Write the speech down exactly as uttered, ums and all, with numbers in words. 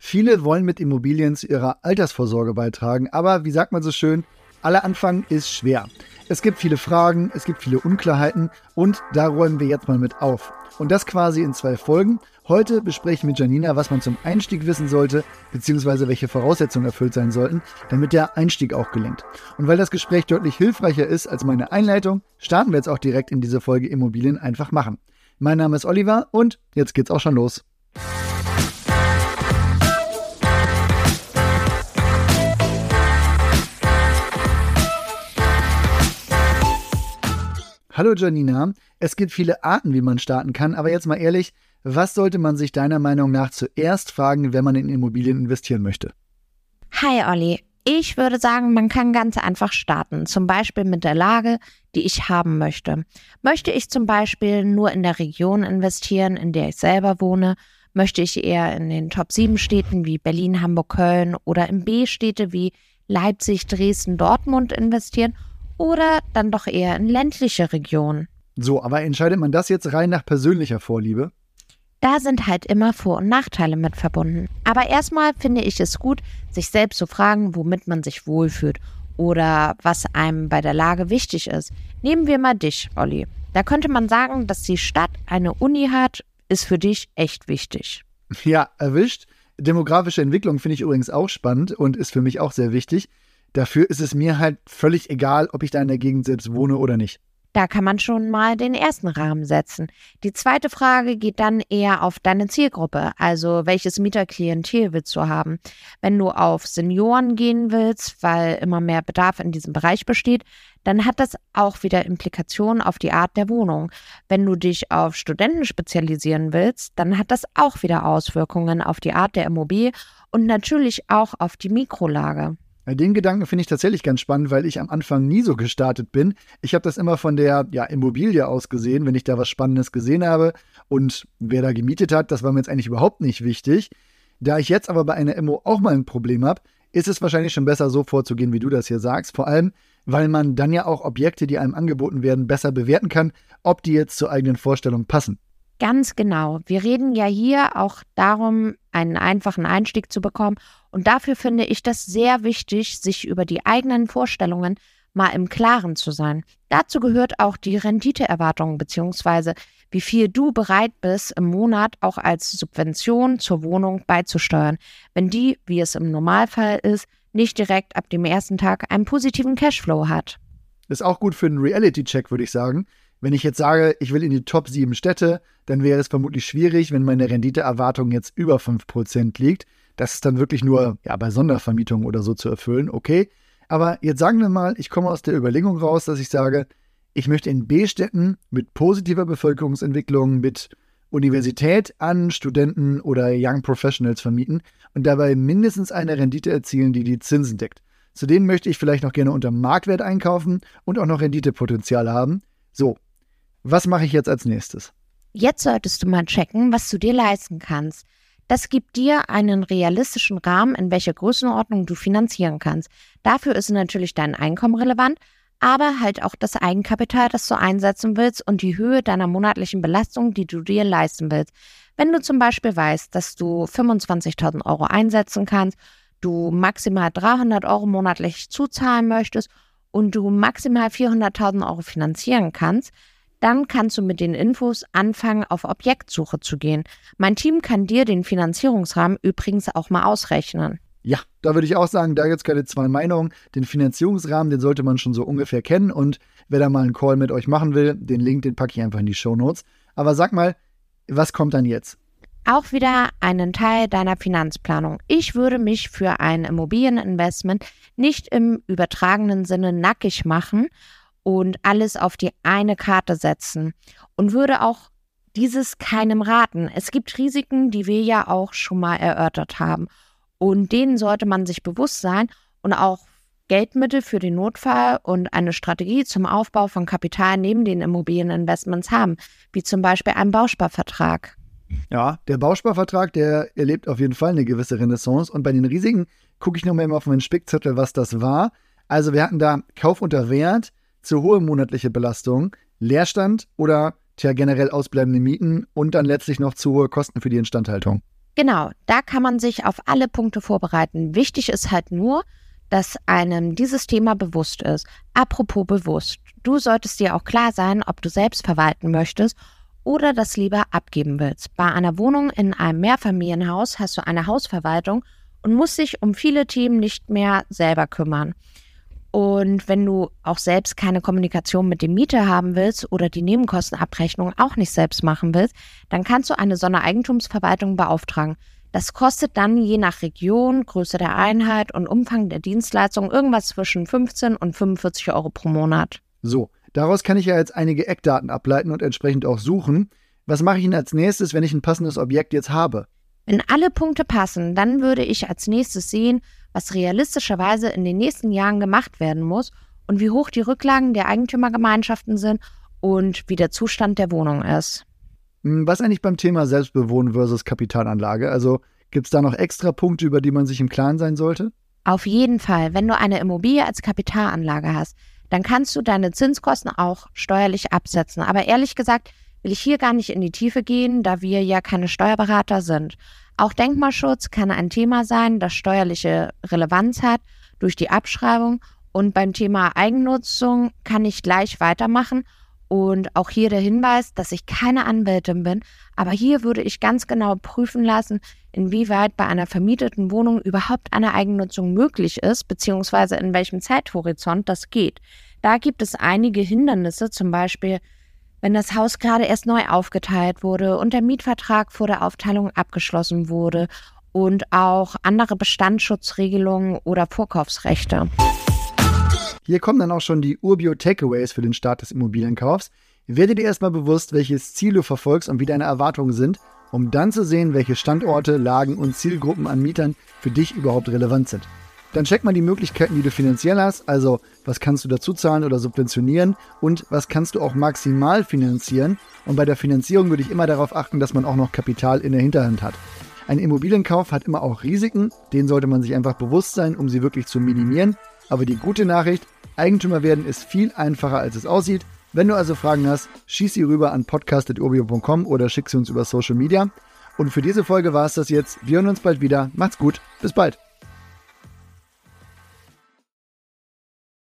Viele wollen mit Immobilien zu ihrer Altersvorsorge beitragen, aber wie sagt man so schön, aller Anfang ist schwer. Es gibt viele Fragen, es gibt viele Unklarheiten und da räumen wir jetzt mal mit auf. Und das quasi in zwei Folgen. Heute bespreche ich mit Janina, was man zum Einstieg wissen sollte, beziehungsweise welche Voraussetzungen erfüllt sein sollten, damit der Einstieg auch gelingt. Und weil das Gespräch deutlich hilfreicher ist als meine Einleitung, starten wir jetzt auch direkt in diese Folge Immobilien einfach machen. Mein Name ist Oliver und jetzt geht's auch schon los. Hallo Janina, es gibt viele Arten, wie man starten kann, aber jetzt mal ehrlich, was sollte man sich deiner Meinung nach zuerst fragen, wenn man in Immobilien investieren möchte? Hi Olli, ich würde sagen, man kann ganz einfach starten, zum Beispiel mit der Lage, die ich haben möchte. Möchte ich zum Beispiel nur in der Region investieren, in der ich selber wohne? Möchte ich eher in den Top sieben Städten wie Berlin, Hamburg, Köln oder in B-Städte wie Leipzig, Dresden, Dortmund investieren? Oder dann doch eher in ländliche Regionen. So, aber entscheidet man das jetzt rein nach persönlicher Vorliebe? Da sind halt immer Vor- und Nachteile mit verbunden. Aber erstmal finde ich es gut, sich selbst zu fragen, womit man sich wohlfühlt oder was einem bei der Lage wichtig ist. Nehmen wir mal dich, Olli. Da könnte man sagen, dass die Stadt eine Uni hat, ist für dich echt wichtig. Ja, erwischt. Demografische Entwicklung finde ich übrigens auch spannend und ist für mich auch sehr wichtig. Dafür ist es mir halt völlig egal, ob ich da in der Gegend selbst wohne oder nicht. Da kann man schon mal den ersten Rahmen setzen. Die zweite Frage geht dann eher auf deine Zielgruppe, also welches Mieterklientel willst du haben. Wenn du auf Senioren gehen willst, weil immer mehr Bedarf in diesem Bereich besteht, dann hat das auch wieder Implikationen auf die Art der Wohnung. Wenn du dich auf Studenten spezialisieren willst, dann hat das auch wieder Auswirkungen auf die Art der Immobilie und natürlich auch auf die Mikrolage. Den Gedanken finde ich tatsächlich ganz spannend, weil ich am Anfang nie so gestartet bin. Ich habe das immer von der ja, Immobilie aus gesehen, wenn ich da was Spannendes gesehen habe. Und wer da gemietet hat, das war mir jetzt eigentlich überhaupt nicht wichtig. Da ich jetzt aber bei einer Immo auch mal ein Problem habe, ist es wahrscheinlich schon besser, so vorzugehen, wie du das hier sagst. Vor allem, weil man dann ja auch Objekte, die einem angeboten werden, besser bewerten kann, ob die jetzt zur eigenen Vorstellung passen. Ganz genau. Wir reden ja hier auch darum, einen einfachen Einstieg zu bekommen. Und dafür finde ich das sehr wichtig, sich über die eigenen Vorstellungen mal im Klaren zu sein. Dazu gehört auch die Renditeerwartung bzw. wie viel du bereit bist, im Monat auch als Subvention zur Wohnung beizusteuern, wenn die, wie es im Normalfall ist, nicht direkt ab dem ersten Tag einen positiven Cashflow hat. Ist auch gut für einen Reality-Check, würde ich sagen. Wenn ich jetzt sage, ich will in die Top sieben Städte, dann wäre es vermutlich schwierig, wenn meine Renditeerwartung jetzt über fünf Prozent liegt. Das ist dann wirklich nur ja, bei Sondervermietungen oder so zu erfüllen, okay. Aber jetzt sagen wir mal, ich komme aus der Überlegung raus, dass ich sage, ich möchte in B-Städten mit positiver Bevölkerungsentwicklung, mit Universität an Studenten oder Young Professionals vermieten und dabei mindestens eine Rendite erzielen, die die Zinsen deckt. Zudem möchte ich vielleicht noch gerne unter Marktwert einkaufen und auch noch Renditepotenzial haben. So, was mache ich jetzt als nächstes? Jetzt solltest du mal checken, was du dir leisten kannst. Das gibt dir einen realistischen Rahmen, in welcher Größenordnung du finanzieren kannst. Dafür ist natürlich dein Einkommen relevant, aber halt auch das Eigenkapital, das du einsetzen willst und die Höhe deiner monatlichen Belastung, die du dir leisten willst. Wenn du zum Beispiel weißt, dass du fünfundzwanzigtausend Euro einsetzen kannst, du maximal dreihundert Euro monatlich zuzahlen möchtest und du maximal vierhunderttausend Euro finanzieren kannst, dann kannst du mit den Infos anfangen, auf Objektsuche zu gehen. Mein Team kann dir den Finanzierungsrahmen übrigens auch mal ausrechnen. Ja, da würde ich auch sagen, da gibt es keine zwei Meinungen. Den Finanzierungsrahmen, den sollte man schon so ungefähr kennen. Und wer da mal einen Call mit euch machen will, den Link, den packe ich einfach in die Shownotes. Aber sag mal, was kommt dann jetzt? Auch wieder einen Teil deiner Finanzplanung. Ich würde mich für ein Immobilieninvestment nicht im übertragenen Sinne nackig machen und alles auf die eine Karte setzen und würde auch dieses keinem raten. Es gibt Risiken, die wir ja auch schon mal erörtert haben und denen sollte man sich bewusst sein und auch Geldmittel für den Notfall und eine Strategie zum Aufbau von Kapital neben den Immobilieninvestments haben, wie zum Beispiel einen Bausparvertrag. Ja, der Bausparvertrag, der erlebt auf jeden Fall eine gewisse Renaissance und bei den Risiken gucke ich nochmal auf meinen Spickzettel, was das war. Also wir hatten da Kauf unter Wert, zu hohe monatliche Belastung, Leerstand oder tja, generell ausbleibende Mieten und dann letztlich noch zu hohe Kosten für die Instandhaltung. Genau, da kann man sich auf alle Punkte vorbereiten. Wichtig ist halt nur, dass einem dieses Thema bewusst ist. Apropos bewusst, du solltest dir auch klar sein, ob du selbst verwalten möchtest oder das lieber abgeben willst. Bei einer Wohnung in einem Mehrfamilienhaus hast du eine Hausverwaltung und musst dich um viele Themen nicht mehr selber kümmern. Und wenn du auch selbst keine Kommunikation mit dem Mieter haben willst oder die Nebenkostenabrechnung auch nicht selbst machen willst, dann kannst du eine Sondereigentumsverwaltung beauftragen. Das kostet dann je nach Region, Größe der Einheit und Umfang der Dienstleistung irgendwas zwischen fünfzehn und fünfundvierzig Euro pro Monat. So, daraus kann ich ja jetzt einige Eckdaten ableiten und entsprechend auch suchen. Was mache ich denn als nächstes, wenn ich ein passendes Objekt jetzt habe? Wenn alle Punkte passen, dann würde ich als nächstes sehen, was realistischerweise in den nächsten Jahren gemacht werden muss und wie hoch die Rücklagen der Eigentümergemeinschaften sind und wie der Zustand der Wohnung ist. Was eigentlich beim Thema Selbstbewohnen versus Kapitalanlage? Also gibt es da noch extra Punkte, über die man sich im Klaren sein sollte? Auf jeden Fall. Wenn du eine Immobilie als Kapitalanlage hast, dann kannst du deine Zinskosten auch steuerlich absetzen. Aber ehrlich gesagt will ich hier gar nicht in die Tiefe gehen, da wir ja keine Steuerberater sind. Auch Denkmalschutz kann ein Thema sein, das steuerliche Relevanz hat durch die Abschreibung. Und beim Thema Eigennutzung kann ich gleich weitermachen. Und auch hier der Hinweis, dass ich keine Anwältin bin, aber hier würde ich ganz genau prüfen lassen, inwieweit bei einer vermieteten Wohnung überhaupt eine Eigennutzung möglich ist, beziehungsweise in welchem Zeithorizont das geht. Da gibt es einige Hindernisse, zum Beispiel, wenn das Haus gerade erst neu aufgeteilt wurde und der Mietvertrag vor der Aufteilung abgeschlossen wurde und auch andere Bestandsschutzregelungen oder Vorkaufsrechte. Hier kommen dann auch schon die Urbio-Takeaways für den Start des Immobilienkaufs. Werde dir erstmal bewusst, welches Ziel du verfolgst und wie deine Erwartungen sind, um dann zu sehen, welche Standorte, Lagen und Zielgruppen an Mietern für dich überhaupt relevant sind. Dann check mal die Möglichkeiten, die du finanziell hast, also was kannst du dazu zahlen oder subventionieren und was kannst du auch maximal finanzieren. Und bei der Finanzierung würde ich immer darauf achten, dass man auch noch Kapital in der Hinterhand hat. Ein Immobilienkauf hat immer auch Risiken, denen sollte man sich einfach bewusst sein, um sie wirklich zu minimieren. Aber die gute Nachricht, Eigentümer werden ist viel einfacher, als es aussieht. Wenn du also Fragen hast, schieß sie rüber an podcast punkt urbio punkt com oder schick sie uns über Social Media. Und für diese Folge war es das jetzt. Wir hören uns bald wieder. Macht's gut. Bis bald.